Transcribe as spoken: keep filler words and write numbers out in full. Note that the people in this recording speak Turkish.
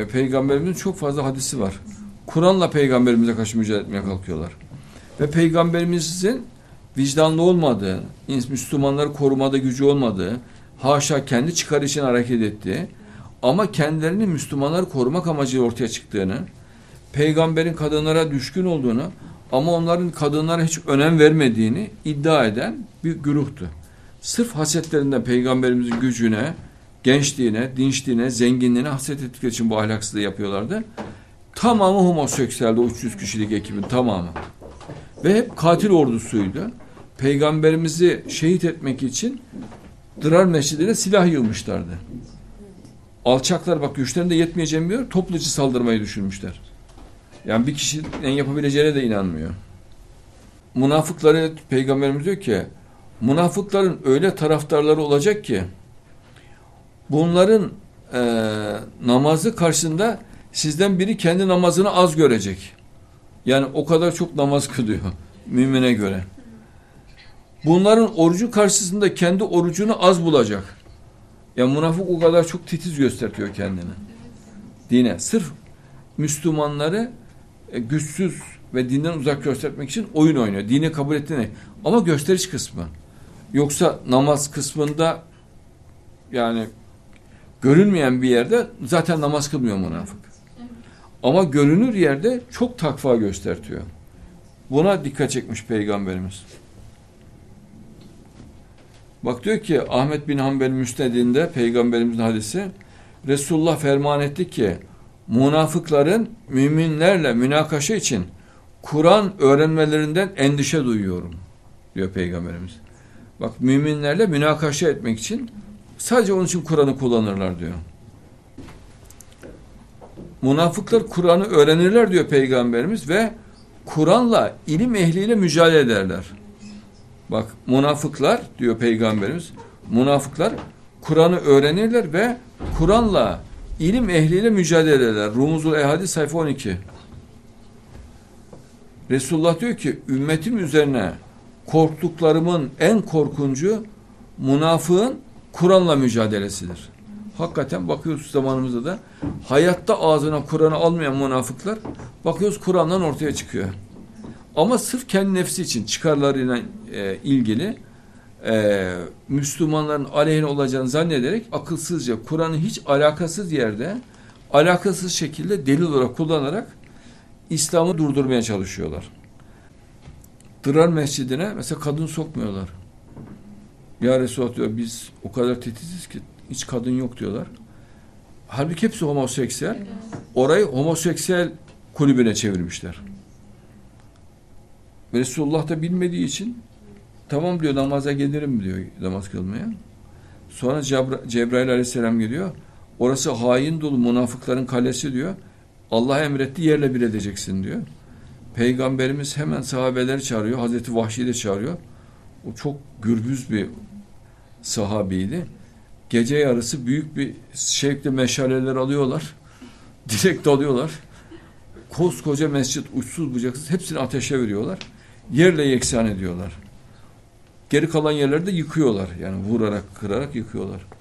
e, Peygamberimizin çok fazla hadisi var. Kur'an'la Peygamberimize karşı mücadele etmeye kalkıyorlar. Ve Peygamberimizin vicdanlı olmadığı, Müslümanları korumada gücü olmadığı, haşa kendi çıkarı için hareket ettiği ama kendilerini Müslümanları korumak amacıyla ortaya çıktığını, Peygamberin kadınlara düşkün olduğunu ama onların kadınlara hiç önem vermediğini iddia eden bir güruhtu. Sırf hasetlerinden Peygamberimizin gücüne, gençliğine, dinçliğine, zenginliğine haset ettikleri için bu ahlaksızlığı yapıyorlardı. Tamamı homoseksüeldi, üç yüz kişilik ekibin tamamı. Ve hep katil ordusuydu. Peygamberimizi şehit etmek için Dırar Mescidi'ne silah yığmışlardı. Alçaklar bak güçlerinde yetmeyeceğini biliyor, topluca saldırmayı düşünmüşler. Yani bir kişinin yapabileceğine de inanmıyor. Münafıkları Peygamberimiz diyor ki, münafıkların öyle taraftarları olacak ki bunların e, namazı karşısında sizden biri kendi namazını az görecek. Yani o kadar çok namaz kılıyor mümine göre. Bunların orucu karşısında kendi orucunu az bulacak. Yani münafık o kadar çok titiz gösteriyor kendini. Dine. Sırf Müslümanları e, güçsüz ve dinden uzak göstermek için oyun oynuyor. Dini kabul ettiğini. Ama gösteriş kısmı. Yoksa namaz kısmında yani görünmeyen bir yerde zaten namaz kılmıyor münafık. Ama görünür yerde çok takva göstertiyor. Buna dikkat çekmiş Peygamberimiz. Bak diyor ki Ahmet bin Hanbel Müsned'inde Peygamberimizin hadisi, Resulullah ferman etti ki münafıkların müminlerle münakaşa için Kur'an öğrenmelerinden endişe duyuyorum diyor Peygamberimiz. Bak müminlerle münakaşa etmek için sadece onun için Kur'an'ı kullanırlar diyor. Münafıklar Kur'an'ı öğrenirler diyor Peygamberimiz ve Kur'an'la ilim ehliyle mücadele ederler. Bak münafıklar diyor Peygamberimiz, münafıklar Kur'an'ı öğrenirler ve Kur'an'la ilim ehliyle mücadele ederler. Rumuzul Ehadis sayfa on iki. Resulullah diyor ki ümmetim üzerine korktuklarımın en korkuncu münafığın Kur'an'la mücadelesidir. Hakikaten bakıyoruz zamanımızda da hayatta ağzına Kur'an'ı almayan münafıklar bakıyoruz Kur'an'dan ortaya çıkıyor. Ama sırf kendi nefsi için çıkarlarıyla e, ilgili e, Müslümanların aleyhine olacağını zannederek akılsızca Kur'an'ı hiç alakasız yerde alakasız şekilde delil olarak kullanarak İslam'ı durdurmaya çalışıyorlar. Dırar Mescidi'ne mesela kadın sokmuyorlar. Ya Resulullah diyor biz o kadar titiziz ki hiç kadın yok diyorlar. Halbuki hepsi homoseksüel. Orayı homoseksüel kulübüne çevirmişler. Resulullah da bilmediği için tamam diyor namaza gelirim diyor namaz kılmaya. Sonra Cebra- Cebrail aleyhisselam geliyor. Orası hain dolu münafıkların kalesi diyor. Allah emretti yerle bir edeceksin diyor. Peygamberimiz hemen sahabeleri çağırıyor. Hazreti Vahşi'yi de çağırıyor. O çok gürbüz bir sahabiydi. Gece yarısı büyük bir şevkle meşaleler alıyorlar. Direkt dalıyorlar. Koskoca mescit uçsuz bucaksız hepsini ateşe veriyorlar. Yerle yeksan ediyorlar. Geri kalan yerleri de yıkıyorlar. Yani vurarak, kırarak yıkıyorlar.